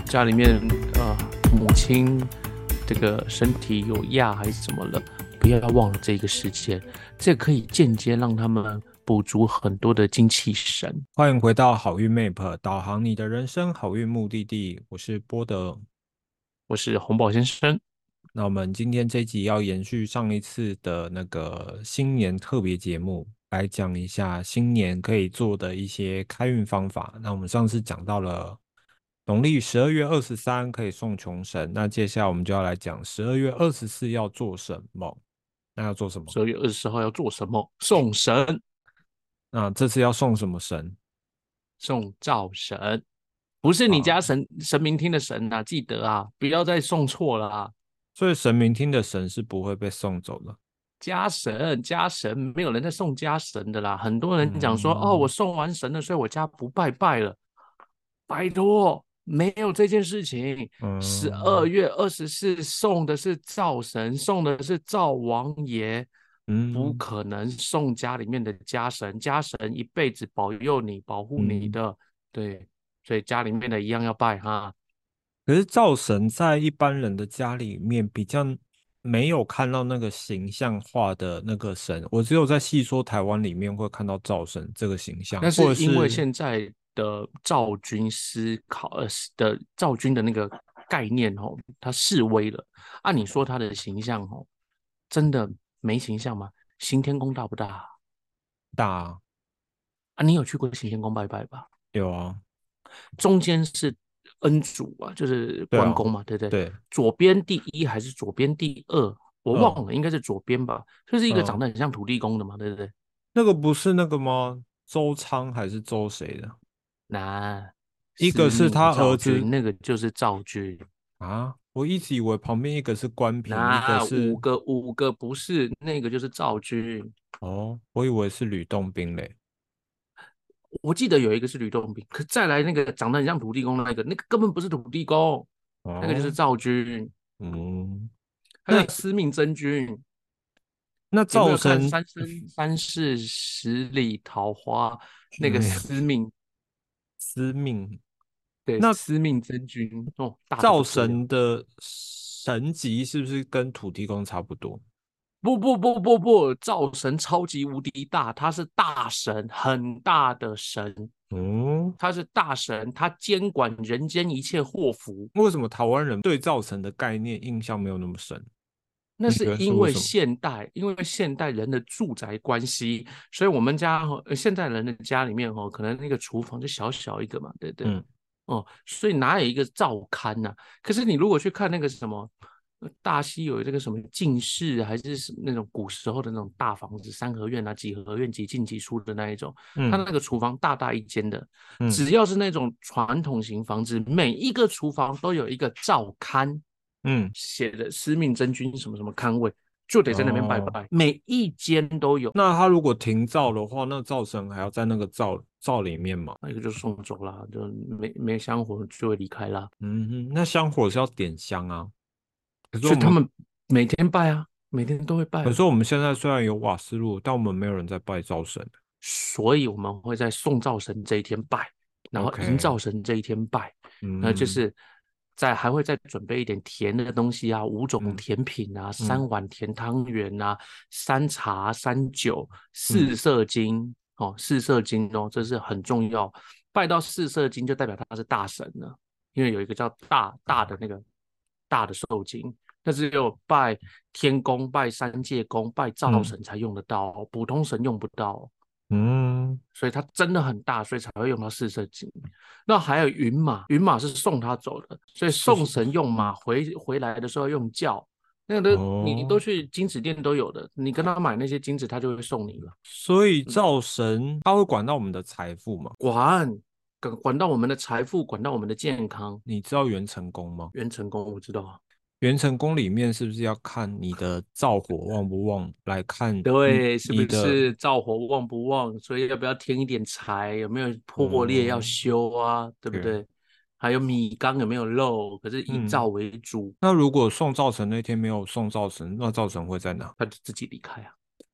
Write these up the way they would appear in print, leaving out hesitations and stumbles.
家里面母亲这个身体有恙还是什么了，不要忘了这个时间，这可以间接让他们补足很多的精气神。 欢迎回到好运 Map，导航你的人生好运目的地，我是波德。 我是洪宝先生。 那我们今天这一集要延续上一次的那个新年特别节目，来讲一下新年可以做的一些开运方法。那我们上次讲到了农历12月23可以送穷神，那接下来我们就要来讲12月24要做什么。那要做什么？ 12月24号要做什么？送神， 那这次要送什么神？ 送灶神，不是你家啊， 神明厅的神啊，记得啊，不要再送错了啊。 所以神明厅的神是不会被送走的。 家神，家神，没有人在送家神的啦。很多人讲说，哦，我嗯送完神了，所以我家不拜拜了。拜托，没有这件事情。十二嗯月二十四送的是灶神，送的是灶王爷，不嗯可能送家里面的家神。家神一辈子保佑你、保护你嗯， 的，对，所以家里面的一样要拜哈。 可是灶神在一般人的家里面比较没有看到那个形象化的那个神，我只有在戏说台湾里面会看到灶神这个形象， 那或者是因为是现在的赵军思考的赵军的那个概念哦，他示威了。按你说他的形象哦，真的没形象吗？行天宫大不大大啊？你有去过行天宫拜拜吧？ 有啊， 中间是恩主啊，就是对啊， 关公嘛，对不对？ 对， 左边第一还是左边第二？我嗯忘了，应该是左边吧。就是一个长嗯， 得很像土地公的嘛，对不对？ 那个不是那个吗？周仓还是周谁的？ 那一个司命是他儿子赵军，那个就是赵军。 啊，我一直以为旁边一个是关平，一个那五是个五个不是那个就是赵军， 哦，我以为是吕洞宾嘞。 我记得有一个是吕洞宾，可再来那个长得很像土地公那个根本不是土地公，那个就是哦， 赵军， 嗯， 还有那司命真君。 那有没有看灶神， 《三生三世十里桃花》那个没有司命？ 司命。 对， 那司命真君哦，大的灶不得了。 神的神级是不是跟土地公差不多？ 不，灶神超级无敌大，他是大神，很大的神， 嗯， 他是大神，他监管人间一切祸福。 为什么台湾人对灶神的概念印象没有那么深？ 那是你觉得是因为为什么？ 现代人的住宅关系，所以我们家现代人的家里面可能那个厨房就小小一个嘛，对不对？ 嗯哦，所以哪有一个灶龛呐、可是你如果去看那个什么大溪有这个什么进士，还是什么那种古时候的那种大房子，三合院啊、几合院、几进几出的那一种，它嗯那个厨房大大一间的， 嗯只要是那种传统型房子，每一个厨房都有一个灶龛， 嗯， 写的司命真君什么什么龛位，就得在那边拜哦， 拜，每一间都有。 那他如果停灶的话，那灶神还要在那个灶里面吗？ 那个就送走了，就没香火就会离开啦。 嗯哼，那香火是要点香啊。可是我们所以他们每天拜啊，每天都会拜啊。 可是我们现在虽然有瓦斯炉，但我们没有人在拜灶神。 所以我们会在送灶神这一天拜，然后迎 OK， 灶神这一天拜，然后就嗯是还会再准备一点甜的东西啊，5种嗯甜品啊， 嗯 3碗甜汤圆啊，3茶3酒， 嗯 4色金哦，四色金哦，这是很重要。拜到四色金就代表他是大神了，因为有一个叫大的那个大的寿金，那只有拜天公、拜三界公、拜灶嗯神才用得到，普通神用不到。 嗯， 所以它真的很大，所以才会用到四色金。那还有云马，云马是送他走的，所以送是是， 神用马， 嗯回来的时候用轿，那个你都哦， 去金子店都有的，你跟他买那些金子，他就会送你了。 所以灶神他会管到我们的财富嘛？ 管到我们的财富，管到我们的健康。 你知道元成功吗？ 元成功我知道啊， 元成功里面是不是要看你的灶火旺不旺，来看你对，是不你的是灶火旺不旺？所以要不要添一点财？有没有破裂要哦修啊？对不 ，OK， 对？还有米缸有没有漏？可是以灶嗯， 为主， 那如果送灶神那天没有送灶神，那灶神会在哪？ 他就自己离开啊。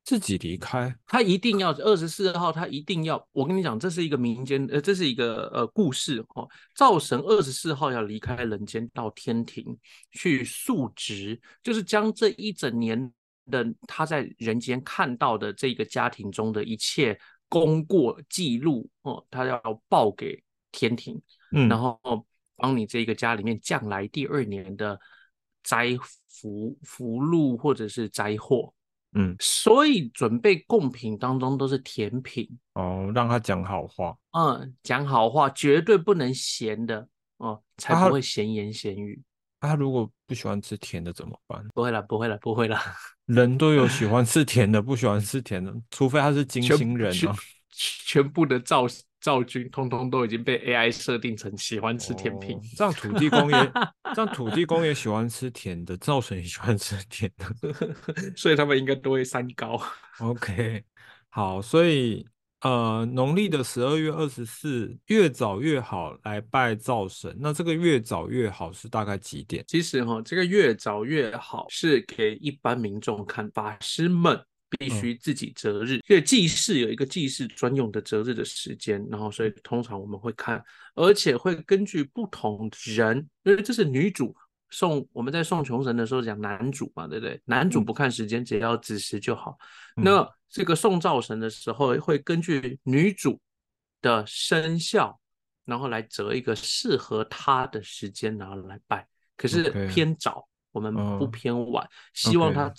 自己离开。 他一定要24号，他一定要。我跟你讲，这是一个民间，这是一个故事哦。灶神24号要离开人间到天庭去述职，就是将这一整年的他在人间看到的这个家庭中的一切功过记录哦，他要报给天庭，然嗯后帮你这个家里面将来第二年的灾福禄或者是灾祸。 嗯， 所以准备贡品当中都是甜品， 哦，让他讲好话。 讲好话绝对不能咸的哦，才啊他不会闲言闲语。 他如果不喜欢吃甜的怎么办？ 不会啦，不会啦，不会啦， 人都有喜欢吃甜的，不喜欢吃甜的，除非他是金全星人啊。 全部的灶君通通都已经被 AI 设定成喜欢吃甜品， 哦，这样土地公也喜欢吃甜的，灶神也喜欢吃甜的。 所以他们应该都会三高。 OK，好，所以农历的12月24越早越好来拜灶神。那这个越早越好是大概几点？ 其实哈，这个越早越好，是给一般民众看，法师们必嗯须自己择日。因为祭祀有一个祭祀专用的择日的时间，然后所以通常我们会看，而且会根据不同人，因为这是女主我们在送穷神的时候讲男主嘛，对不对？男主嗯不看时间，只要子时就好。 嗯那这个送灶神的时候，会根据女主的生肖，然后来择一个适合她的时间，然后来拜。可是 ，OK， 偏早，我们不嗯偏晚，希望他 ，OK，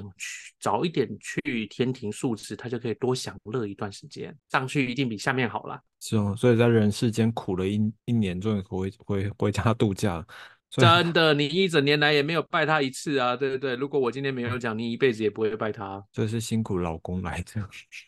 早一点去天庭述职，他就可以多享乐一段时间，上去一定比下面好啦。 是哦，所以在人世间苦了一年，终于回家度假了。所以真的，你一整年来也没有拜他一次啊，对不对？如果我今天没有讲，你一辈子也不会拜他。 这是辛苦老公来的。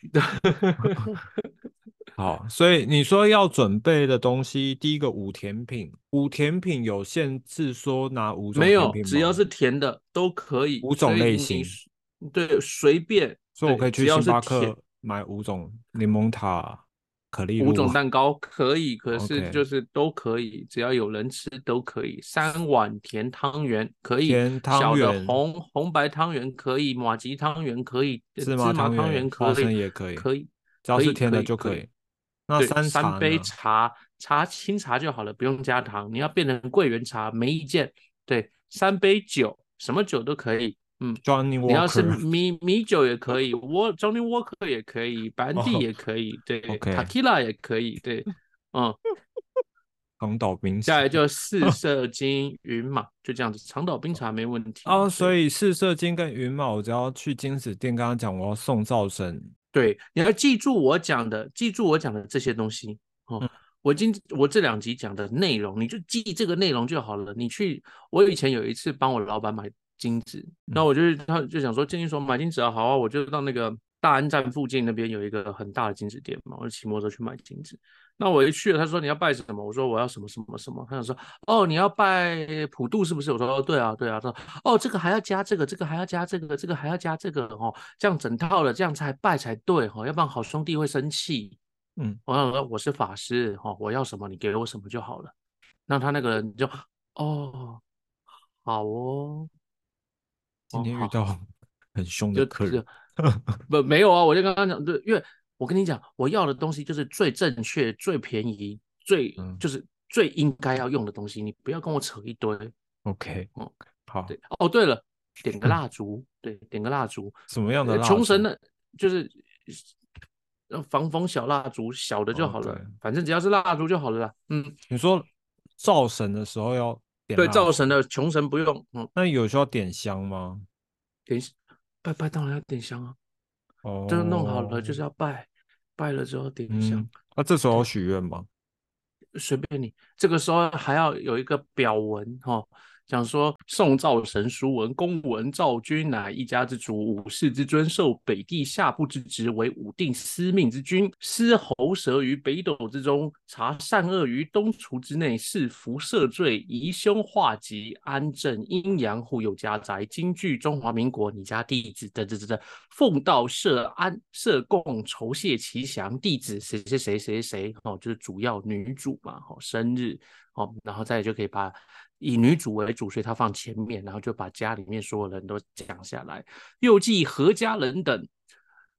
好，所以你说要准备的东西，第一个五甜品，五甜品有限制说拿5种没有， 甜品吗？ 只要是甜的都可以，所五种以你类型， 对随便对， 所以我可以去只要星巴是甜， 克买5种柠檬塔、可丽露。 五种蛋糕可以，可是 OK， 就是都可以，只要有人吃都可以。3碗甜汤圆可以， 甜汤小的圆、 红白汤圆可以，马吉汤圆可以， 芝麻芝麻汤汤圆、花生圆可以， 也可以， 可以， 只要是甜的就可以。那对， 三三杯茶呢？ 清茶就好了，不用加糖。你要变成桂圆茶，没意见。对，3杯酒，什么酒都可以。 Johnny 你要是 Walker。 米酒也可以，Johnny Walker 也可以，白兰地哦也可以，对 ，OK， ，Tequila 也可以，对，嗯， 长岛冰茶。 再来就四色金云马，就这样子，长岛冰茶没问题， 哦，所对。 以四色金跟云帽，我只要去金子店跟他讲我要送灶神。 对，你要记住我讲的这些东西哦。 嗯我这2集讲的内容，你就记这个内容就好了。我以前有一次帮我老板买金子，然嗯后他就想说建议说买金子啊，好啊，我就到那个大安站附近那边有一个很大的金子店嘛，我就骑摩托车去买金子。那我一去了，他说你要拜什么？我说我要什么什么什么。他想说哦，你要拜普渡是不是？我说哦，对啊，对啊。他说哦，这个还要加这个，这个还要加这个，这个还要加这个哦，这样整套的这样才拜才对哦，要不然好兄弟会生气。 嗯， 我想说我是法师哦，我要什么你给我什么就好了。那他那个人就哦，好哦， 今哦好， 天遇到很凶的就客人。 没有啊，我就刚刚讲对，因为我跟你讲，我要的东西就是最正确、最便宜、 嗯就是最应该要用的东西，你不要跟我扯一堆。 ，OK， 哦， 好。 对，哦，对了，点个蜡烛，对，点个蜡烛。 什么样的蜡烛穷神的，就是防风小蜡烛，小的就好 ？OK， 了，反正只要是蜡烛就好了啦。 你说灶神的时候要点对， 蜡烛， 灶神的穷神不用， 那有需要点香吗？ 点拜当然要点香啊，就是弄好了哦， 就是要拜，拜了之后点香。 嗯，那这时候要对， 许愿吗？ 随便你。这个时候还要有一个表文哈、讲说宋赵神书文公文赵君乃一家之主，武士之尊，受北地下部之职，为武定司命之君，司喉舌于北斗之中，察善恶于东厨之内，是福赦罪，移凶化吉，安正阴阳，护佑家宅，京剧中华民国你家弟子的，奉道设供酬谢吉祥，弟子谁谁谁谁谁哦，就是主要女主嘛，哦，生日哦，然后再就可以以女主为主，所以他放前面，然后就把家里面所有人都讲下来，又记何家人等。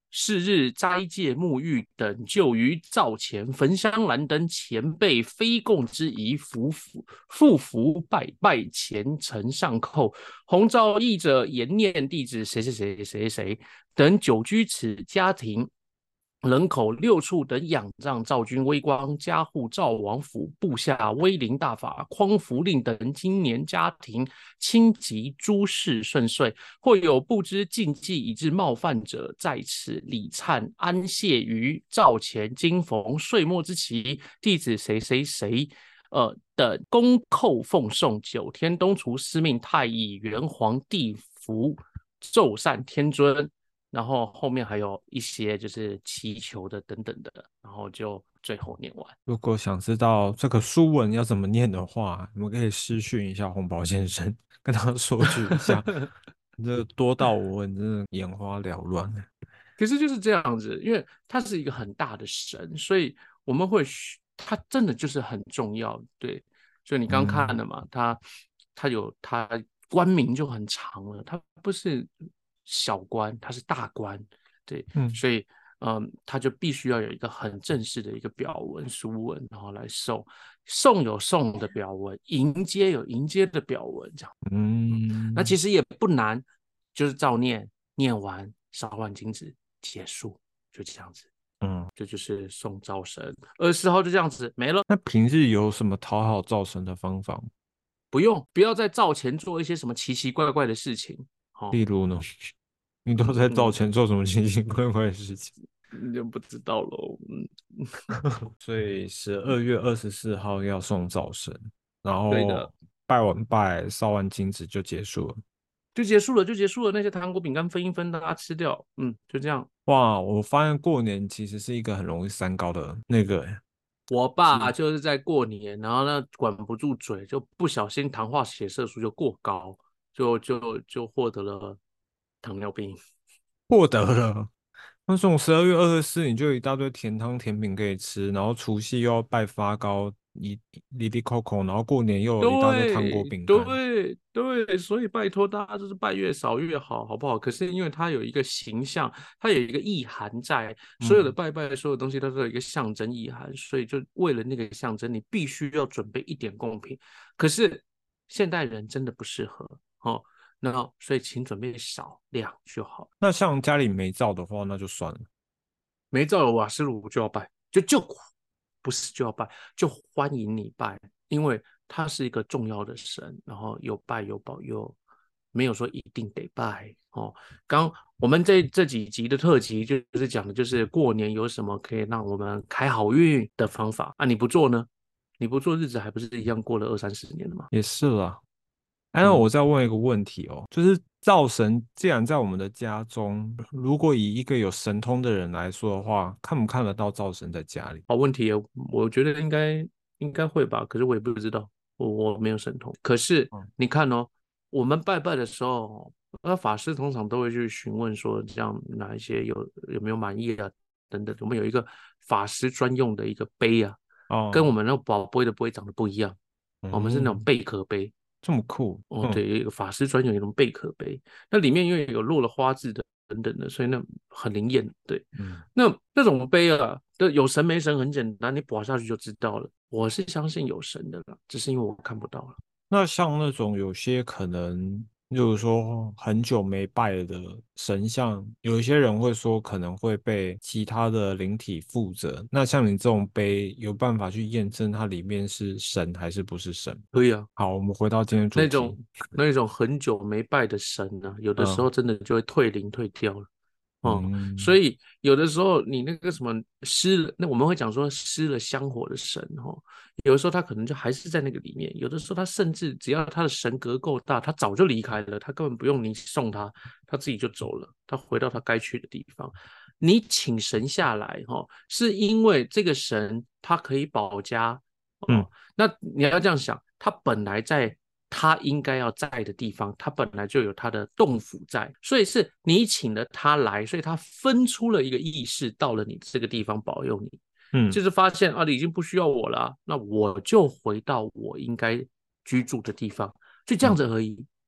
是日斋戒沐浴等，就于灶前焚香燃灯，前辈非供之仪，复服拜拜，前程上叩。弘昭义者言念弟子谁谁谁谁谁等久居此家庭。人口6处等仰仗赵君威光，加护赵王府部下威灵大法，匡福令等今年家庭亲及诸事顺遂，或有不知禁忌以致冒犯者，在此礼忏安谢于灶前，今逢岁末之期，弟子谁谁谁。等恭叩奉送9天东厨司命太乙元皇帝福奏善天尊。然后后面还有一些就是祈求的等等的，然后就最后念完。 如果想知道这个书文要怎么念的话，你们可以私讯一下洪宝先生，跟他说句一下。这多到我真的眼花缭乱。 可是就是这样子，因为他是一个很大的神，所以我们会，他真的就是很重要。对，所以你刚看了嘛，他官名就很长了，他不是小官，他是大官。对，所以他就必须要有一个很正式的一个表文书文，然后来送。送有送的表文，迎接有迎接的表文，这样。那其实也不难，就是照念，念完烧完金纸结束，就这样子。这就是送灶神。24号就这样子没了。 那平日有什么讨好灶神的方法吗？ 不用，不要在灶前做一些什么奇奇怪怪的事情。 例如呢？你都在灶前做什么奇奇怪怪的事情？ 你就不知道喽。 所以12月24号要送灶神，然后对的， 拜完拜烧完金纸就结束了。 就结束了，就结束了。那些糖果饼干分一分，大家吃掉。就这样。 哇，我发现过年其实是一个很容易三高的那个。 我爸就是在过年，然后呢管不住嘴，就不小心糖化血色素就过高，就获得了糖尿病。 获得了。那种12月24，你就有一大堆甜汤甜品可以吃，然后除夕又要拜发糕，里里扣扣，然后过年又有一大堆糖果对饼干。 对对，所以拜托大家就是拜越少越好，好不好？可是因为它有一个形象，它有一个意涵在，所有的拜拜，所有东西都是有一个象征意涵，所以就为了那个象征，你必须要准备一点贡品。可是现代人真的不适合哦，那所以请准备少量就好。 那像家里没灶的话，那就算了。 没照有瓦斯炉就要拜，就不是就要拜，就欢迎你拜，因为他是一个重要的神，然后有拜有保佑，没有说一定得拜哦。刚我们这几集的特辑就是讲的就是过年有什么可以让我们开好运的方法啊？你不做呢？你不做日子还不是一样过了20-30年了吗？ 也是啦。那我再问一个问题哦，就是灶神既然在我们的家中，如果以一个有神通的人来说的话，看不看得到灶神在家里？ 好问题耶，我觉得应该会吧，可是我也不知道，我没有神通。可是你看哦，我们拜拜的时候，那法师通常都会去询问说，这样哪一些有没有满意啊，等等。我们有一个法师专用的一个杯啊，跟我们那个宝贝的杯长得不一样，我们是那种贝壳杯。 这么酷。 对，一个法师专用一种贝壳杯，那里面因为有落了花字的等等的，所以那很灵验。对，那种杯啊，有神没神很简单，你bỏ下去就知道了。我是相信有神的啦，只是因为我看不到了。 那像那种有些可能，就是说很久没拜了的神像，有一些人会说可能会被其他的灵体附着。那像你这种碑，有办法去验证它里面是神还是不是神？ 可以啊， 好，我们回到今天主题。 那种那种很久没拜的神呢、有的时候真的就会退灵退掉了。所以有的时候你那个什么失了，那我们会讲说失了香火的神有的时候他可能就还是在那个里面，有的时候他甚至只要他的神格够大，他早就离开了，他根本不用你送他，他自己就走了，他回到他该去的地方。你请神下来是因为这个神他可以保家那你要这样想，他本来在他应该要在的地方，他本来就有他的洞府在，所以是你请了他来，所以他分出了一个意识到了你这个地方保佑你。就是发现你已经不需要我了，那我就回到我应该居住的地方，就这样子而已。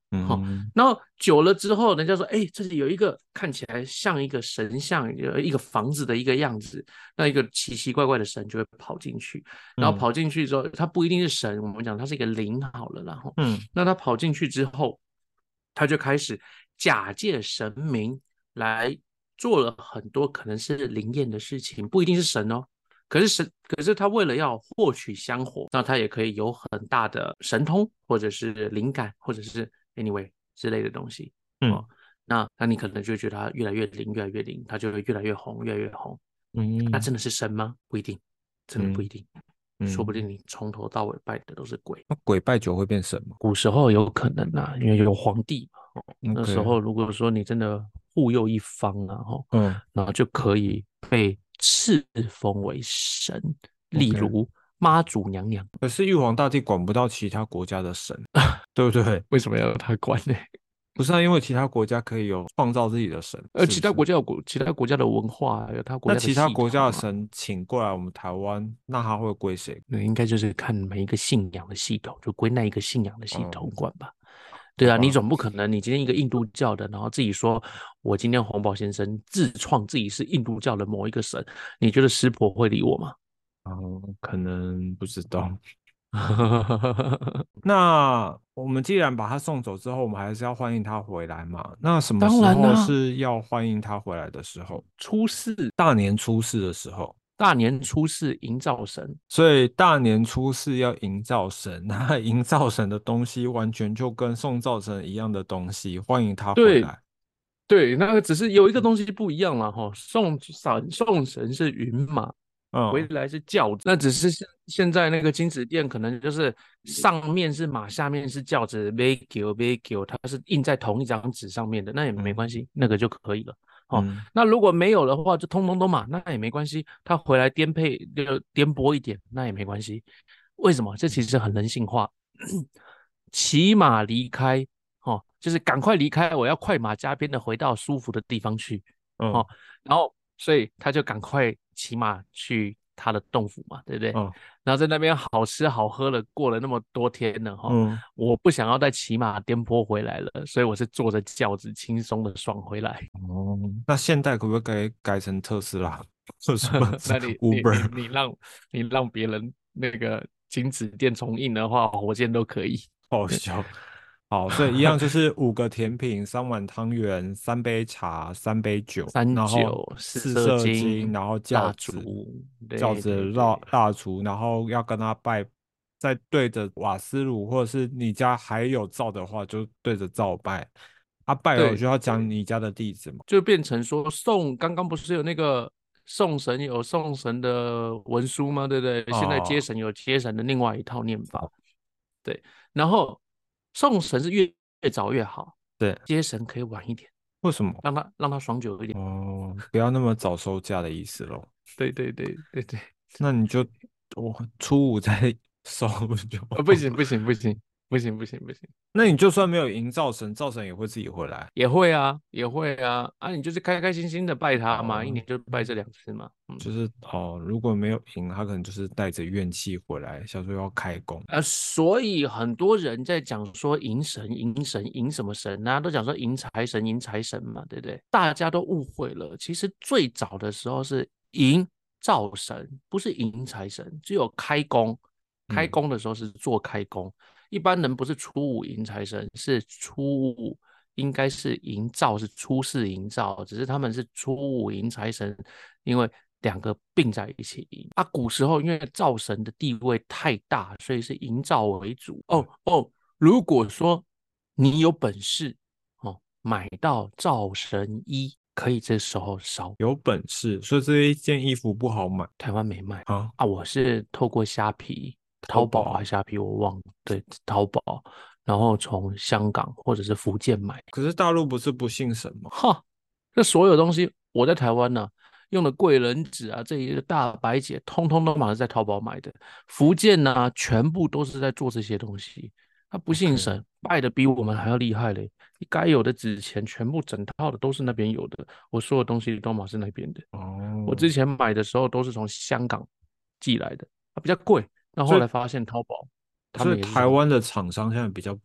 好， 嗯然后久了之后，人家说，哎，这里有一个看起来像一个神像，一个房子的一个样子，那一个奇奇怪怪的神就会跑进去，然后嗯跑进去之后，他不一定是神，我们讲他是一个灵好了，然后， 嗯那他跑进去之后，他就开始假借神明来做了很多可能是灵验的事情，不一定是神哦。可是他为了要获取香火，那他也可以有很大的神通，或者是灵感，或者是 anyway 之类的东西嗯哦。那你可能就会觉得他越来越灵，越来越灵，他就会越来越红，越来越红。那嗯真的是神吗？不一定，真的不一嗯定，说不嗯， 定你从头到尾拜的都是鬼。 那鬼拜久会变神吗古时候有可能啊，因为有皇帝嘛，那时 ？OK， 候如果说你真的护佑一方啊， 嗯然后就可以被赐封为神，例 ，OK。 如妈祖娘娘。 可是玉皇大帝管不到其他国家的神，对不对？ 为什么要他管呢？ 不是啊，因为其他国家可以有创造自己的神，是不是？ 其他国家有其他国家的文化，有他国那家的其他国系统啊， 家的神请过来我们台湾，那他会归谁？ 那应该就是看每一个信仰的系统，就归那一个信仰的系统嗯， 管吧。对啊，你好吧， 总不可能你今天一个印度教的，然后自己说我今天洪宝先生自创自己是印度教的某一个神，你觉得师婆会理我吗？ 可能不知道。那我们既然把他送走之后，我们还是要欢迎他回来嘛？那什么当时候然啦、 是要欢迎他回来的时候？ 初四大年初四的时候。 大年初四迎灶神， 所以大年初四要营造神，那营造神的东西完全就跟送灶神一样的东西，欢迎他回对来。 对，那个只是有一个东西不一样了哈，送神是云马，回嗯来是轿子，那只是现在那个金子店可能就是上面是马，下面是轿子，Vego，它是印在同一张纸上面的，那也没关嗯系，那个就可以了。哦， 嗯那如果没有的话，就通通都马，那也没关系，他回来颠簸一点，那也没关系。为什么？这其实很人性化，骑马离开，哦，就是赶快离开，我要快马加鞭的回到舒服的地方去。 嗯哦，然后所以他就赶快骑马去他的洞府嘛，对不对？ 嗯然后在那边好吃好喝了，过了那么多天了哈、 嗯， 我不想要再骑马颠簸回来了，所以我是坐着轿子轻松的爽回来。 哦，那现代可不可以改成特斯拉，或什么那 Uber？ 你让别人那个金子店重印的话，火箭都可以。 好笑。好，所以一样就是5个甜品、3碗汤圆、3杯茶、3杯酒， 三然后九四四色色金， 金然后蜡烛， 轿对对子绕对蜡烛，然后要跟他拜，再对着瓦斯炉，或者是你家还有灶的话，就对着灶拜。啊，拜了我对就要讲对， 你家的地址嘛。 就变成说刚刚不是有那个送神的文书吗？对不对？现在接哦， 神有接神的另外一套念法， 好， 对。然后送神是越早越好， 对， 接神可以晚一点， 为什么？ 让他爽久一点。 哦，不要那么早收假的意思咯。 对对对对对， 那你就我初五再收就不好。 行不行不行不行不行不行， 那你就算没有营造神，造神也会自己回来。 也会啊也会啊啊！你就是开开心心的拜他嘛，一哦， 年就拜这2次嘛， 就是哦，如果没有赢，他可能就是带着怨气回来，想说要开工。 所以很多人在讲说迎神迎什么神啊，都讲说迎财神嘛，对不对？大家都误会了，其实最早的时候是迎灶神，不是迎财神，只有开工，开嗯， 工的时候是做开工。一般人不是初五迎财神，是初五应该是迎灶，是初四迎灶，只是他们是初五迎财神，因为两个并在一起迎啊。古时候因为灶神的地位太大，所以是迎灶为主。如果说你有本事买到灶神衣，可以这时候烧。 有本事，所以这一件衣服不好买台湾没卖啊。 啊，我是透过虾皮、 淘淘宝还宝， 是虾皮，我忘了，对，淘宝，然后从香港或者是福建买。 可是大陆不是不信神吗？ 哈，这所有东西我在台湾呢、用的贵人纸啊，这一个大白姐，通通都马上在淘宝买的。福建呢、全部都是在做这些东西。他不信 OK， 神，拜的比我们还要厉害嘞。该有的纸钱全部整套的都是那边有的，我所有东西都马是那边的。我哦， 之前买的时候都是从香港寄来的，它比较贵。那后所以来发现淘宝他所以们也是从台湾的厂商现在比较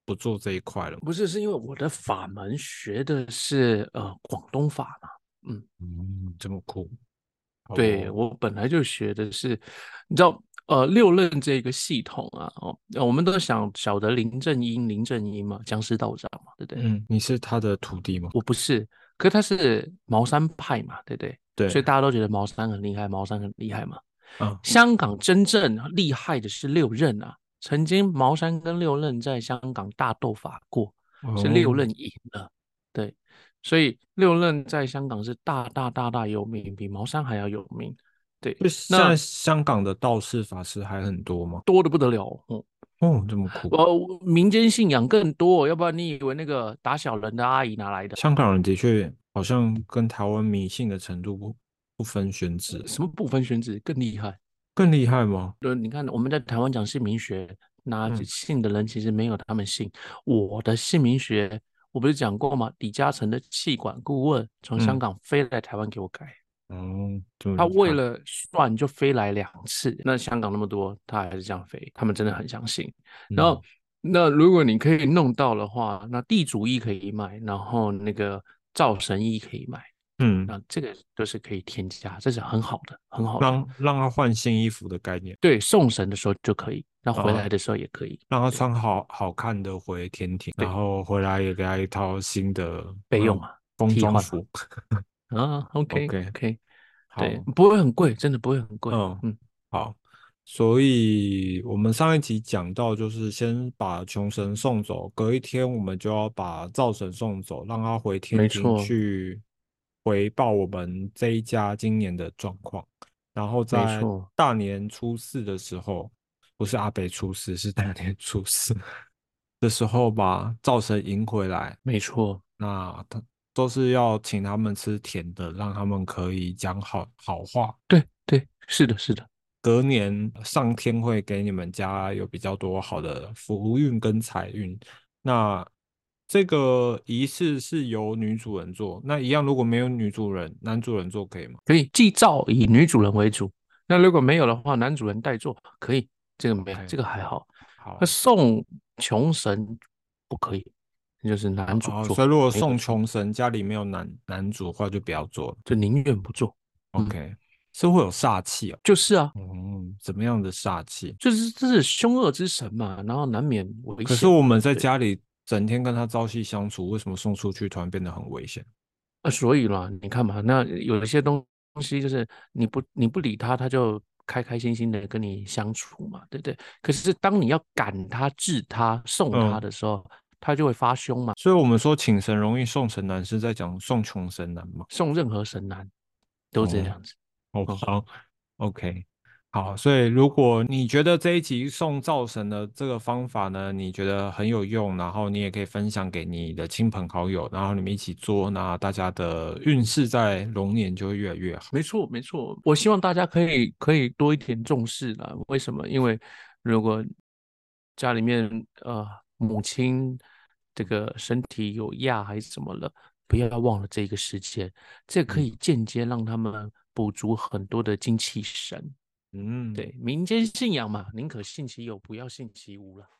不做这一块了吗？ 不是，是因为我的法门学的是广东法嘛。嗯， 嗯，这么酷。好对， 哦。 我本来就学的是，你知道，六刃这个系统啊，我们都晓得林正英嘛，僵尸道长嘛，对不对？ 嗯，你是他的徒弟吗？ 我不是，可是他是茅山派嘛，对不对？ 对。 所以大家都觉得茅山很厉害，茅山很厉害嘛。 啊。 香港真正厉害的是六刃啊，曾经茅山跟六刃在香港大斗法过，是六哦， 刃赢了，对，所以六刃在香港是大有名，比茅山还要有名，对， 就现在那香港的道士法师还很多吗？ 多的不得了哦。 哦，这么酷。 民间信仰更多，要不然你以为那个打小人的阿姨哪来的？ 香港人的确好像跟台湾迷信的程度不分轩轾。 什么不分轩轾更厉害？ 更厉害吗？ 你看我们在台湾讲姓名学，那嗯信的人其实没有他们信。我的姓名学，我不是讲过吗？李嘉诚的气管顾问从香嗯。 港飞来台湾给我改， 哦，这么他厉害。 为了算就飞来2次。那香港那么多，他还是这样飞，他们真的很相信。然嗯后，那如果你可以弄到的话，那地主衣可以买，然后那个灶神衣可以买， 嗯。 那这个都是可以添加，这是很好的，很好的。 让他换新衣服的概念。 对，送神的时候就可以，那回啊， 来的时候也可以。 让他对穿好看的回天庭，然对， 后回来也给他一套新的嗯备用嘛， 工替换嘛。 装服。 啊，OK OK。 OK，对， 好。 不会很贵，真的不会很贵。 嗯。 嗯， 好。所以我们上一集讲到，就是先把穷神送走，隔一天我们就要把灶神送走，让他回天庭没错去回报我们这一家今年的状况。然后在没错大年初四的时候，不是阿北初四，是大年初四的时候把灶神迎回来。 没错， 那他都是要请他们吃甜的，让他们可以讲好话。 对对，是的，是的。 隔年上天会给你们家有比较多好的福运跟财运。那这个仪式是由女主人做，那一样如果没有女主人，男主人做可以吗可以祭灶以女主人为主，那如果没有的话，男主人代做可以，这个没有， ？OK。 这个还好。那好。 送穷神不可以，那就是男主所以做， 如果送没得做， 穷神家里没有男主的话，就不要做了。 就宁愿不做。嗯， OK。是会有煞气哦。 就是啊， 嗯，怎么样的煞气？ 就是这是凶恶之神嘛，然后难免危可是险。 我们在对， 家里整天跟他朝夕相处，为什么送出去突然变得很危险？ 所以啦，你看嘛，那有一些东西就是你不理他，他就开开心心的跟你相处嘛，对不对？可是当你要赶他、治他、送他嗯， 的时候，他就会发凶嘛。 所以我们说请神容易送神难，是在讲送穷神难吗？ 送任何神难都这哦。 样子。 哦， 哦， 好。OK。好，所以如果你觉得这一集送灶神的这个方法呢，你觉得很有用，然后你也可以分享给你的亲朋好友，然后你们一起做，那大家的运势在龙年就会越来越好。 没错没错，我希望大家可以多一点重视啦。为什么？因为如果家里面母亲这个身体有恙还是怎么了，不要忘了这个时间，这可嗯以间接让他们补足很多的精气神。 嗯。 对，民间信仰嘛，宁可信其有，不要信其无了。